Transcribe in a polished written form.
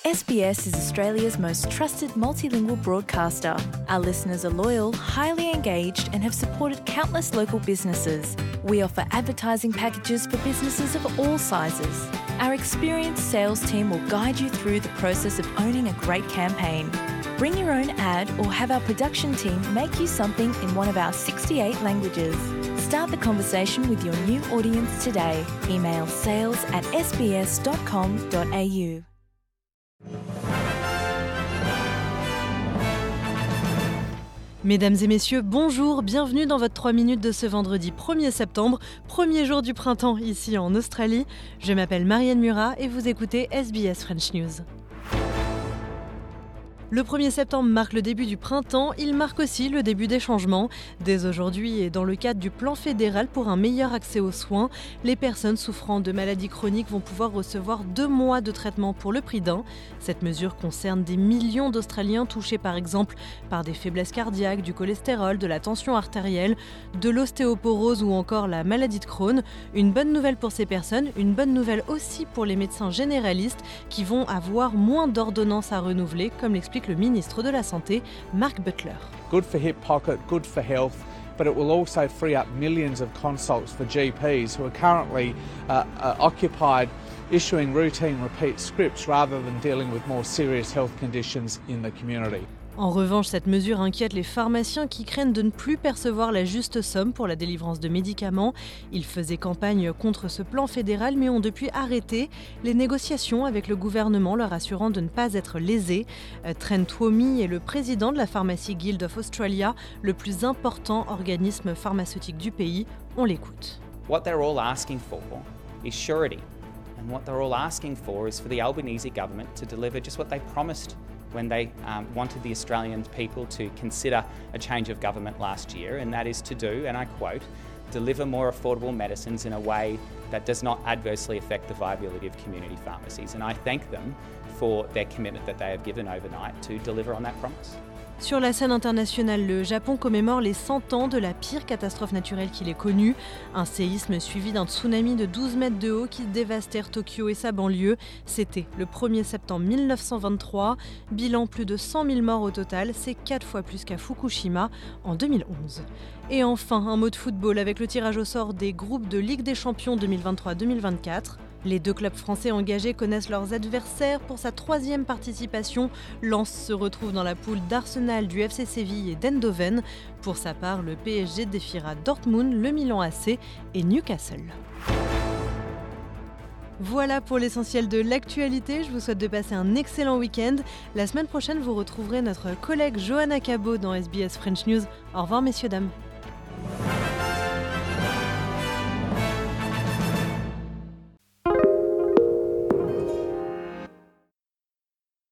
SBS is Australia's most trusted multilingual broadcaster. Our listeners are loyal, highly engaged, and have supported countless local businesses. We offer advertising packages for businesses of all sizes. Our experienced sales team will guide you through the process of owning a great campaign. Bring your own ad or have our production team make you something in one of our 68 languages. Start the conversation with your new audience today. Email sales@sbs.com.au. Mesdames et messieurs, bonjour, bienvenue dans votre 3 minutes de ce vendredi 1er septembre, premier jour du printemps ici en Australie. Je m'appelle Marianne Murat et vous écoutez SBS French News. Le 1er septembre marque le début du printemps, il marque aussi le début des changements. Dès aujourd'hui et dans le cadre du plan fédéral pour un meilleur accès aux soins, les personnes souffrant de maladies chroniques vont pouvoir recevoir 2 mois de traitement pour le prix d'un. Cette mesure concerne des millions d'Australiens touchés par exemple par des faiblesses cardiaques, du cholestérol, de la tension artérielle, de l'ostéoporose ou encore la maladie de Crohn. Une bonne nouvelle pour ces personnes, une bonne nouvelle aussi pour les médecins généralistes qui vont avoir moins d'ordonnances à renouveler, comme l'explique le ministre de la Santé, Mark Butler. Good for hip pocket, good for health, but it will also free up millions of consults for GPs who are currently occupied issuing routine repeat scripts rather than dealing with more serious health conditions in the community. En revanche, cette mesure inquiète les pharmaciens qui craignent de ne plus percevoir la juste somme pour la délivrance de médicaments. Ils faisaient campagne contre ce plan fédéral mais ont depuis arrêté les négociations avec le gouvernement leur assurant de ne pas être lésés. Trent Twomey est le président de la Pharmacy Guild of Australia, le plus important organisme pharmaceutique du pays. On l'écoute. What they're all asking for is surety. And what they're all asking for is for the Albanese government to deliver just what they promised when they wanted the Australian people to consider a change of government last year, and that is to do, and I quote, deliver more affordable medicines in a way that does not adversely affect the viability of community pharmacies. And I thank them for their commitment that they have given overnight to deliver on that promise. Sur la scène internationale, le Japon commémore les 100 ans de la pire catastrophe naturelle qu'il ait connue. Un séisme suivi d'un tsunami de 12 mètres de haut qui dévastèrent Tokyo et sa banlieue. C'était le 1er septembre 1923. Bilan, plus de 100 000 morts au total. C'est 4 fois plus qu'à Fukushima en 2011. Et enfin, un mot de football avec le tirage au sort des groupes de Ligue des Champions 2023-2024. Les 2 clubs français engagés connaissent leurs adversaires pour sa 3e participation. Lens se retrouve dans la poule d'Arsenal, du FC Séville et d'Eindhoven. Pour sa part, le PSG défiera Dortmund, le Milan AC et Newcastle. Voilà pour l'essentiel de l'actualité. Je vous souhaite de passer un excellent week-end. La semaine prochaine, vous retrouverez notre collègue Johanna Cabot dans SBS French News. Au revoir messieurs, dames.